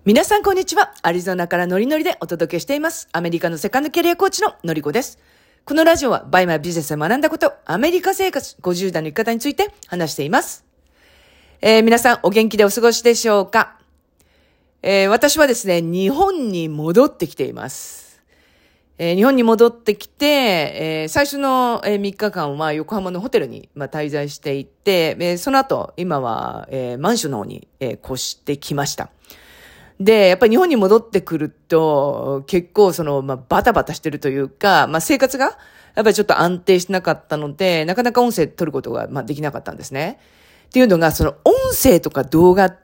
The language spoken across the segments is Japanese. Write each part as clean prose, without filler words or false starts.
皆さんこんにちは。アリゾナからノリノリでお届けしています。アメリカのセカンドキャリアコーチののりこです。このラジオはバイマイビジネスで学んだこと、アメリカ生活50代の生き方について話しています。皆さんお元気でお過ごしでしょうか。私はですね、日本に戻ってきています。日本に戻ってきて、最初の3日間は横浜のホテルに滞在していて、その後今はマンションの方に越してきました。で、やっぱり日本に戻ってくると、結構バタバタしてるというか、生活が、やっぱりちょっと安定してなかったので、なかなか音声取ることが、できなかったんですね。っていうのが、音声とか動画って、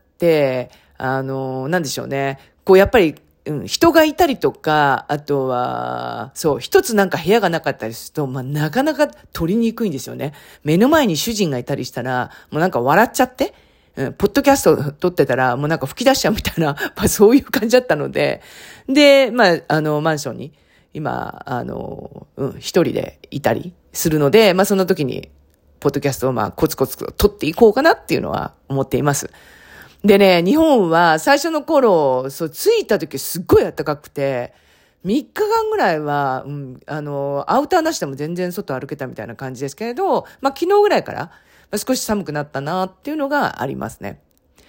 なんでしょうね。やっぱり、人がいたりとか、あとは、一つなんか部屋がなかったりすると、なかなか撮りにくいんですよね。目の前に主人がいたりしたら、もうなんか笑っちゃって、ポッドキャスト撮ってたら、もうなんか吹き出しちゃうみたいな、そういう感じだったので、で、マンションに、今、一人でいたりするので、その時に、ポッドキャストをコツコツ撮っていこうかなっていうのは思っています。でね、日本は最初の頃、着いた時すっごい暖かくて、3日間ぐらいは、アウターなしでも全然外歩けたみたいな感じですけれど、昨日ぐらいから、少し寒くなったなっていうのがありますね。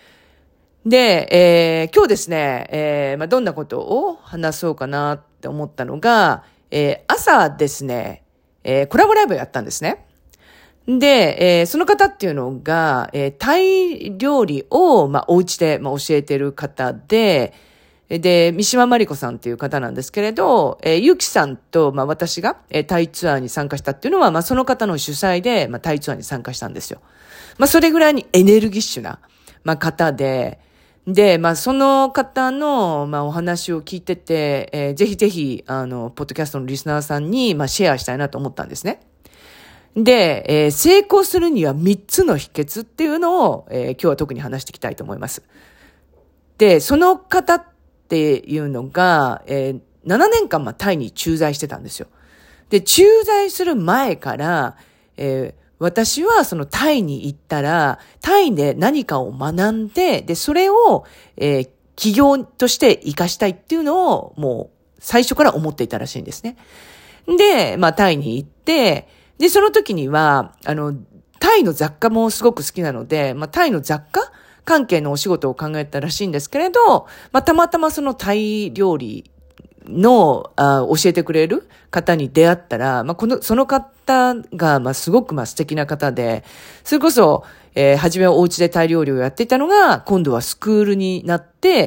で、今日ですね、どんなことを話そうかなって思ったのが、朝ですね、コラボライブをやったんですね。で、その方っていうのが、タイ料理を、お家で、教えてる方で、三島真理子さんっていう方なんですけれど、ゆきさんと、私が、タイツアーに参加したっていうのは、その方の主催で、タイツアーに参加したんですよ。それぐらいにエネルギッシュな、方で、その方の、お話を聞いてて、ぜひぜひ、ポッドキャストのリスナーさんに、シェアしたいなと思ったんですね。で、成功するには3つの秘訣っていうのを、今日は特に話していきたいと思います。で、その方っていうのが、7年間タイに駐在してたんですよ。で、駐在する前から、私はそのタイに行ったら、タイで何かを学んで、で、それを、企業として活かしたいっていうのを、もう最初から思っていたらしいんですね。で、タイに行って、で、その時には、タイの雑貨もすごく好きなので、タイの雑貨関係のお仕事を考えたらしいんですけれど、たまたまそのタイ料理の、教えてくれる方に出会ったら、その方が、すごく素敵な方で、それこそ、初めはお家でタイ料理をやっていたのが、今度はスクールになって、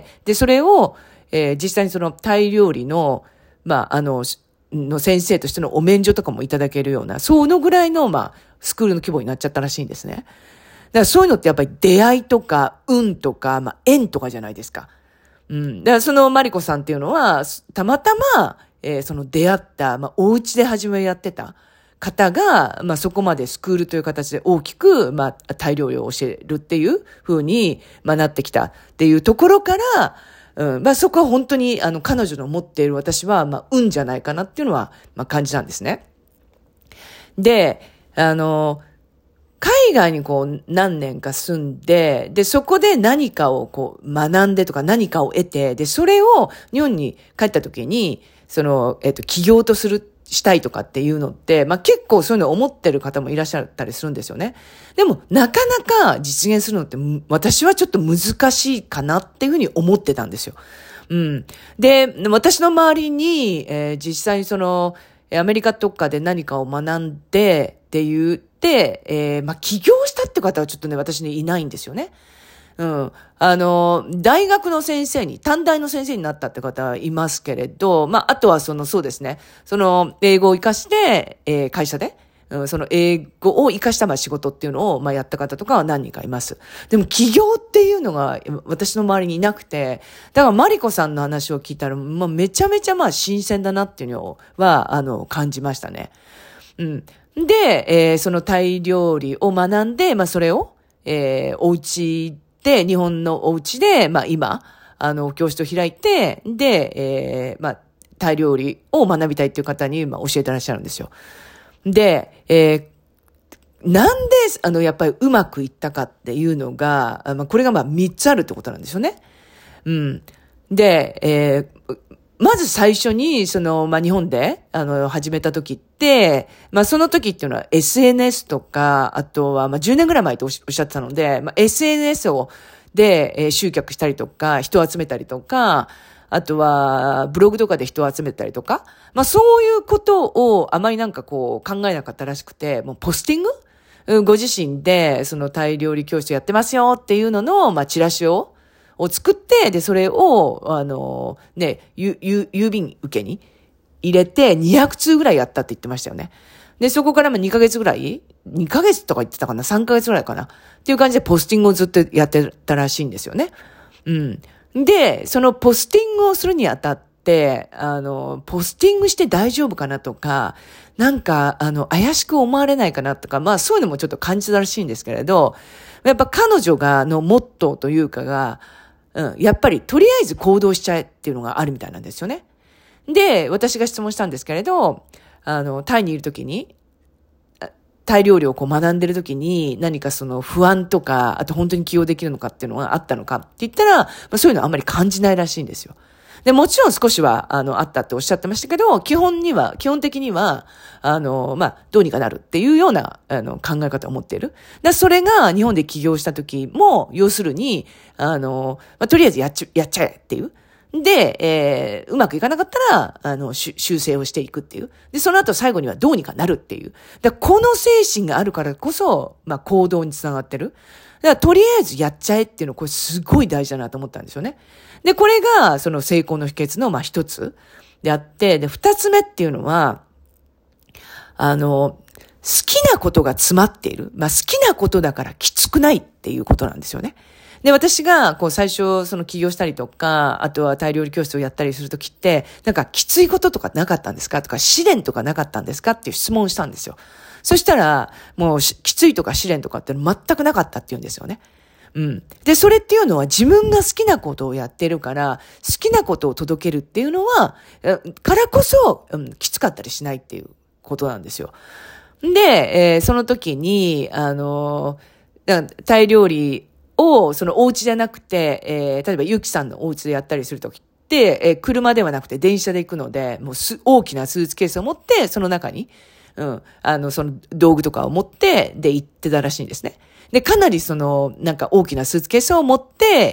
で、それを、実際にそのタイ料理の、の先生としてのお免状とかもいただけるような、そのぐらいの、スクールの規模になっちゃったらしいんですね。だからそういうのってやっぱり出会いとか、運とか、縁とかじゃないですか。だからそのマリコさんっていうのは、たまたま、その出会った、お家で初めやってた方が、そこまでスクールという形で大きく、タイ料理を教えるっていう風に、なってきたっていうところから、そこは本当に、彼女の持っている私は、運じゃないかなっていうのは、感じたんですね。で、海外に何年か住んで、で、そこで何かを学んでとか何かを得て、で、それを日本に帰った時に、起業としたいとかっていうのって、結構そういうのを思ってる方もいらっしゃったりするんですよね。でも、なかなか実現するのって、私はちょっと難しいかなっていうふうに思ってたんですよ。で、私の周りに、実際にアメリカとかで何かを学んでって言って、起業したって方はちょっとね、私にいないんですよね。大学の先生に、短大の先生になったって方はいますけれど、あとはそうですね、英語を活かして、会社で、その英語を活かした仕事っていうのを、やった方とかは何人かいます。でも起業っていうのが私の周りにいなくて、だからマリコさんの話を聞いたら、めちゃめちゃ新鮮だなっていうのは、感じましたね。で、そのタイ料理を学んで、それを、お家で、日本のお家で、今、教室を開いて、で、タイ料理を学びたいっていう方に、教えてらっしゃるんですよ。で、なんで、やっぱりうまくいったかっていうのが、これが3つあるってことなんですよね。 で、まず最初に、日本で、始めた時って、その時っていうのは SNS とか、あとは、10年ぐらい前とおっしゃってたので、SNS で、集客したりとか、人を集めたりとか、あとは、ブログとかで人を集めたりとか、そういうことをあまり考えなかったらしくて、もうポスティングご自身で、タイ料理教室やってますよっていうのの、チラシを作って、で、それを、郵便受けに入れて200通ぐらいやったって言ってましたよね。で、そこから2ヶ月ぐらい ?2 ヶ月とか言ってたかな ?3 ヶ月ぐらいかなっていう感じでポスティングをずっとやってたらしいんですよね。うん。で、そのポスティングをするにあたって、ポスティングして大丈夫かなとか、怪しく思われないかなとか、そういうのもちょっと感じたらしいんですけれど、やっぱ彼女のモットーというかが、やっぱりとりあえず行動しちゃえっていうのがあるみたいなんですよね。で、私が質問したんですけれど、タイにいるときに、タイ料理を学んでるときに何か不安とか、あと本当に起用できるのかっていうのがあったのかって言ったら、そういうのはあんまり感じないらしいんですよ。で、もちろん少しは、あったっておっしゃってましたけど、基本的には、どうにかなるっていうような、考え方を持っている。それが日本で起業した時も、要するに、とりあえずやっちゃえっていう。で、うまくいかなかったら、修正をしていくっていう。で、その後最後にはどうにかなるっていう。この精神があるからこそ、行動につながってる。だからとりあえずやっちゃえっていうの、これすごい大事だなと思ったんですよね。で、これが、成功の秘訣の、一つであって、で、二つ目っていうのは、好きなことが詰まっている。好きなことだからきつくないっていうことなんですよね。で、私が、最初、起業したりとか、あとはタイ料理教室をやったりするときって、きついこととかなかったんですかとか、試練とかなかったんですかっていう質問をしたんですよ。そしたら、もう、きついとか試練とかって全くなかったって言うんですよね。うん。で、それっていうのは自分が好きなことをやってるから、好きなことを届けるっていうのは、からこそ、きつかったりしないっていうことなんですよ。で、その時に、タイ料理を、お家じゃなくて、例えばゆきさんのお家でやったりするときって、車ではなくて電車で行くので、もう大きなスーツケースを持って、その中に、その道具とかを持って、で行ってたらしいんですね。で、かなり大きなスーツケースを持って、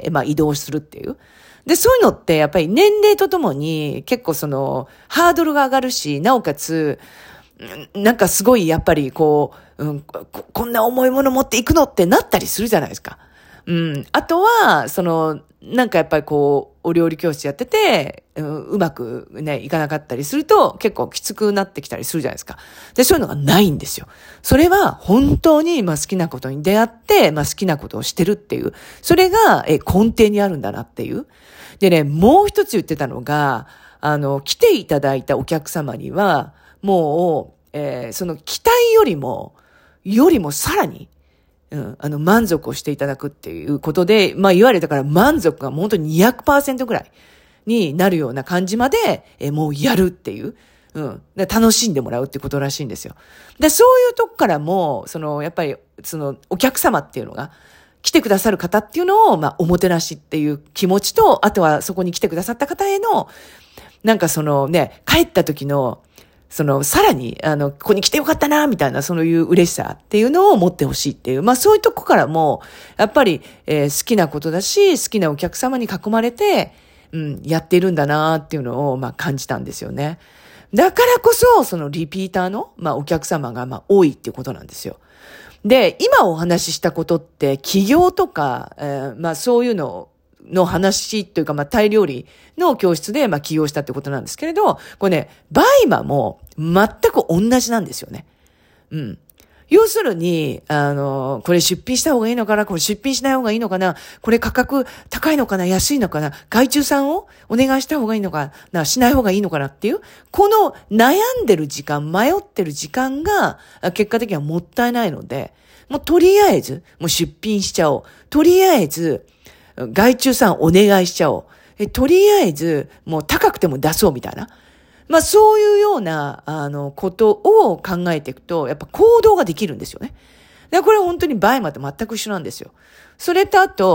移動するっていう。で、そういうのって、やっぱり年齢とともに、結構ハードルが上がるし、なおかつ、すごい、やっぱりこんな重いもの持っていくのってなったりするじゃないですか。あとは、やっぱりお料理教室やってて、うまくね、いかなかったりすると、結構きつくなってきたりするじゃないですか。で、そういうのがないんですよ。それは本当に、好きなことに出会って、好きなことをしてるっていう。それが、根底にあるんだなっていう。でね、もう一つ言ってたのが、来ていただいたお客様には、もう、その期待よりもさらに、満足をしていただくっていうことで、いわゆるだから満足が本当に 200% ぐらいになるような感じまで、もうやるっていう、で楽しんでもらうってことらしいんですよ。で、そういうとこからも、やっぱり、お客様っていうのが、来てくださる方っていうのを、おもてなしっていう気持ちと、あとはそこに来てくださった方への、帰った時の、さらに、ここに来てよかったな、みたいな、そういう嬉しさっていうのを持ってほしいっていう。そういうとこからも、やっぱり、好きなことだし、好きなお客様に囲まれて、やっているんだな、っていうのを、感じたんですよね。だからこそ、リピーターの、お客様が、多いっていうことなんですよ。で、今お話ししたことって、起業とか、そういうのの話というか、タイ料理の教室で、起業したってことなんですけれど、これね、バイマも全く同じなんですよね。要するに、これ出品した方がいいのかな、これ出品しない方がいいのかな、これ価格高いのかな、安いのかな、外注さんをお願いした方がいいのかな、しない方がいいのかなっていう、この悩んでる時間、迷ってる時間が、結果的にはもったいないので、もうとりあえず、もう出品しちゃおう。とりあえず、外注さんお願いしちゃおう。とりあえず、もう高くても出そうみたいな。そういうような、ことを考えていくと、やっぱ行動ができるんですよね。でこれは本当にバイマと全く一緒なんですよ。それとあと、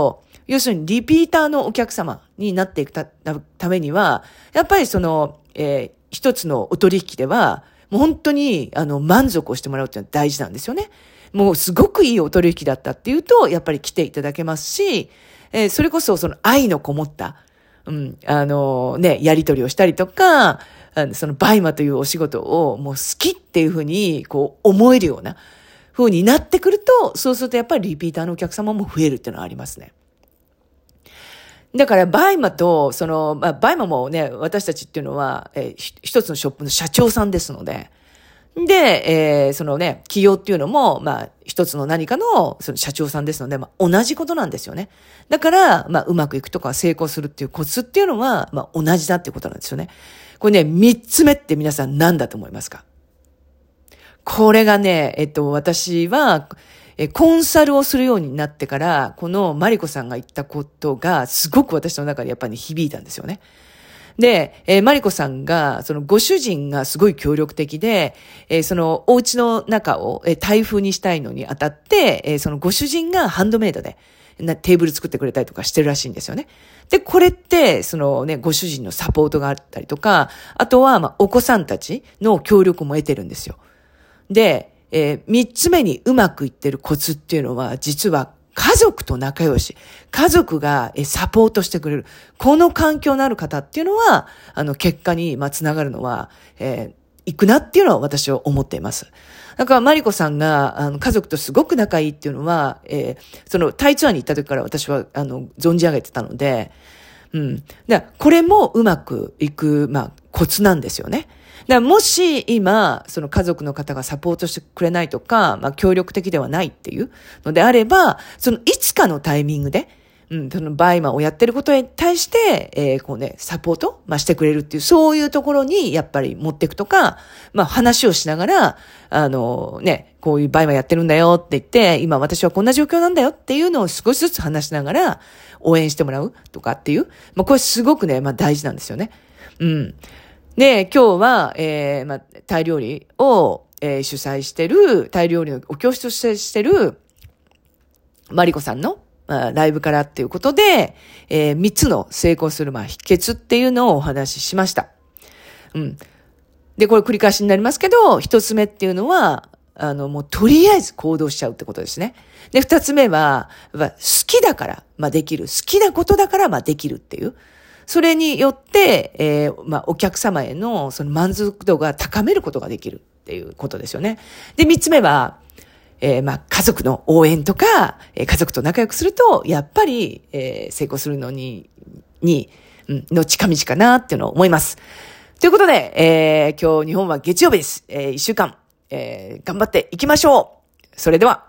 要するにリピーターのお客様になっていくためには、やっぱり一つのお取引では、もう本当に、満足をしてもらうっていうのは大事なんですよね。もうすごくいいお取引だったっていうと、やっぱり来ていただけますし、それこそ愛のこもった、やり取りをしたりとか、バイマというお仕事をもう好きっていうふうに、思えるような風になってくると、そうするとやっぱりリピーターのお客様も増えるっていうのはありますね。だから、バイマと、バイマもね、私たちっていうのは、一つのショップの社長さんですので、で、企業っていうのも、一つの何かの、社長さんですので、同じことなんですよね。だから、うまくいくとか成功するっていうコツっていうのは、同じだっていうことなんですよね。これね、三つ目って皆さん何だと思いますか？これがね、私は、コンサルをするようになってから、このマリコさんが言ったことが、すごく私の中でやっぱり響いたんですよね。で、マリコさんが、ご主人がすごい協力的で、お家の中を台風にしたいのにあたって、ご主人がハンドメイドで、テーブル作ってくれたりとかしてるらしいんですよね。で、これって、ご主人のサポートがあったりとか、あとは、お子さんたちの協力も得てるんですよ。で、三つ目にうまくいってるコツっていうのは、実は家族と仲良し。家族がサポートしてくれる。この環境のある方っていうのは、結果につながるのは、いくなっていうのは私は思っています。だからマリコさんが、家族とすごく仲いいっていうのは、タイツアーに行った時から私は、存じ上げてたので、これもうまくいく、コツなんですよね。もし今、家族の方がサポートしてくれないとか、協力的ではないっていうのであれば、いつかのタイミングで、バイマをやってることに対して、サポート、してくれるっていう、そういうところにやっぱり持っていくとか、話をしながら、こういうバイマやってるんだよって言って、今私はこんな状況なんだよっていうのを少しずつ話しながら、応援してもらうとかっていう、これすごくね、大事なんですよね。で、今日は、タイ料理を、主催してる、タイ料理のお教室を主催してる、マリコさんの、ライブからっていうことで、3つの成功する、秘訣っていうのをお話ししました。で、これ繰り返しになりますけど、1つ目っていうのは、もうとりあえず行動しちゃうってことですね。で、2つ目は、好きだから、できる。好きなことだから、できるっていう。それによって、お客様へのその満足度が高めることができるっていうことですよね。で、3つ目は、家族の応援とか、家族と仲良くすると、やっぱり、成功するのの近道かなっていうのを思います。ということで、今日日本は月曜日です。1週間、頑張っていきましょう。それでは。